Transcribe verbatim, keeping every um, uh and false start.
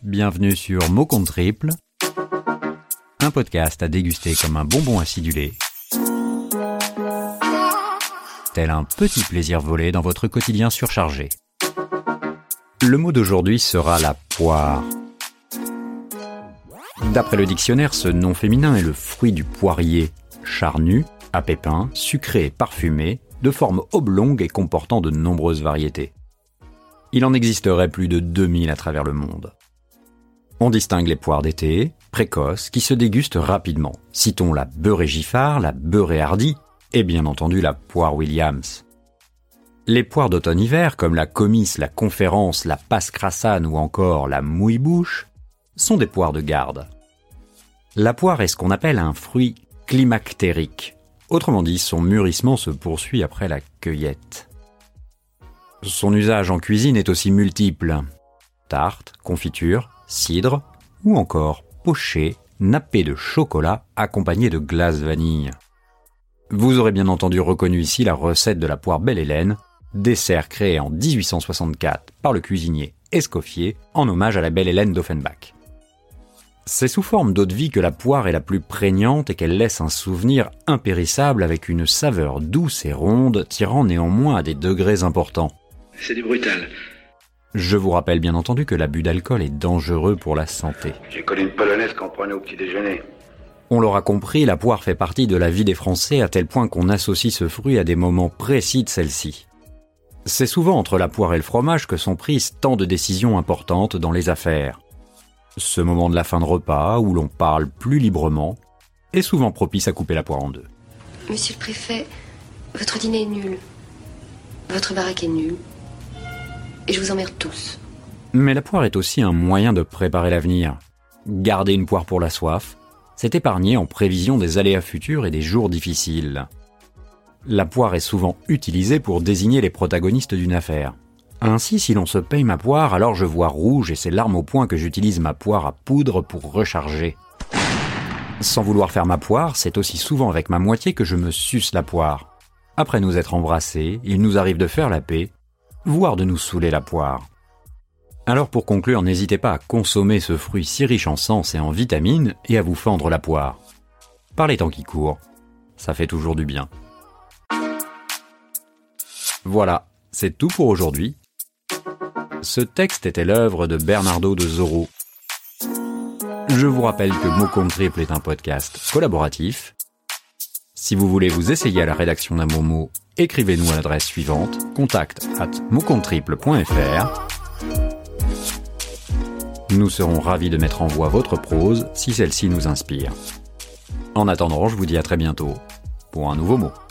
Bienvenue sur Mots Compte Triple, un podcast à déguster comme un bonbon acidulé, tel un petit plaisir volé dans votre quotidien surchargé. Le mot d'aujourd'hui sera la poire. D'après le dictionnaire, ce nom féminin est le fruit du poirier, charnu, à pépins, sucré et parfumé, de forme oblongue et comportant de nombreuses variétés. Il en existerait plus de deux mille à travers le monde. On distingue les poires d'été, précoces, qui se dégustent rapidement. Citons la beurrée Giffard, la beurrée Hardy et bien entendu la poire Williams. Les poires d'automne-hiver, comme la comice, la conférence, la passe crassane ou encore la mouille-bouche, sont des poires de garde. La poire est ce qu'on appelle un fruit climactérique. Autrement dit, son mûrissement se poursuit après la cueillette. Son usage en cuisine est aussi multiple. Tarte, confiture, cidre ou encore poché, nappé de chocolat accompagné de glace vanille. Vous aurez bien entendu reconnu ici la recette de la poire Belle-Hélène, dessert créé en dix-huit cent soixante-quatre par le cuisinier Escoffier en hommage à la Belle-Hélène d'Offenbach. C'est sous forme d'eau-de-vie que la poire est la plus prégnante et qu'elle laisse un souvenir impérissable avec une saveur douce et ronde, tirant néanmoins à des degrés importants. C'est du brutal. Je vous rappelle bien entendu que l'abus d'alcool est dangereux pour la santé. J'ai connu une polonaise qu'on prenait au petit déjeuner. On l'aura compris, la poire fait partie de la vie des Français à tel point qu'on associe ce fruit à des moments précis de celle-ci. C'est souvent entre la poire et le fromage que sont prises tant de décisions importantes dans les affaires. Ce moment de la fin de repas, où l'on parle plus librement, est souvent propice à couper la poire en deux. Monsieur le préfet, votre dîner est nul. Votre baraque est nulle. Et je vous emmerde tous. Mais la poire est aussi un moyen de préparer l'avenir. Garder une poire pour la soif, c'est épargner en prévision des aléas futurs et des jours difficiles. La poire est souvent utilisée pour désigner les protagonistes d'une affaire. Ainsi, si l'on se paye ma poire, alors je vois rouge et c'est l'arme au poing que j'utilise ma poire à poudre pour recharger. Sans vouloir faire ma poire, c'est aussi souvent avec ma moitié que je me suce la poire. Après nous être embrassés, il nous arrive de faire la paix, voire de nous saouler la poire. Alors pour conclure, n'hésitez pas à consommer ce fruit si riche en sens et en vitamines et à vous fendre la poire. Par les temps qui courent, ça fait toujours du bien. Voilà, c'est tout pour aujourd'hui. Ce texte était l'œuvre de Bernardo de Zorro. Je vous rappelle que Mots Compte Triple est un podcast collaboratif. Si vous voulez vous essayer à la rédaction d'un Momo, écrivez-nous à l'adresse suivante, contact arobase motscomptetriple point fr. Nous serons ravis de mettre en voix votre prose si celle-ci nous inspire. En attendant, je vous dis à très bientôt pour un nouveau mot.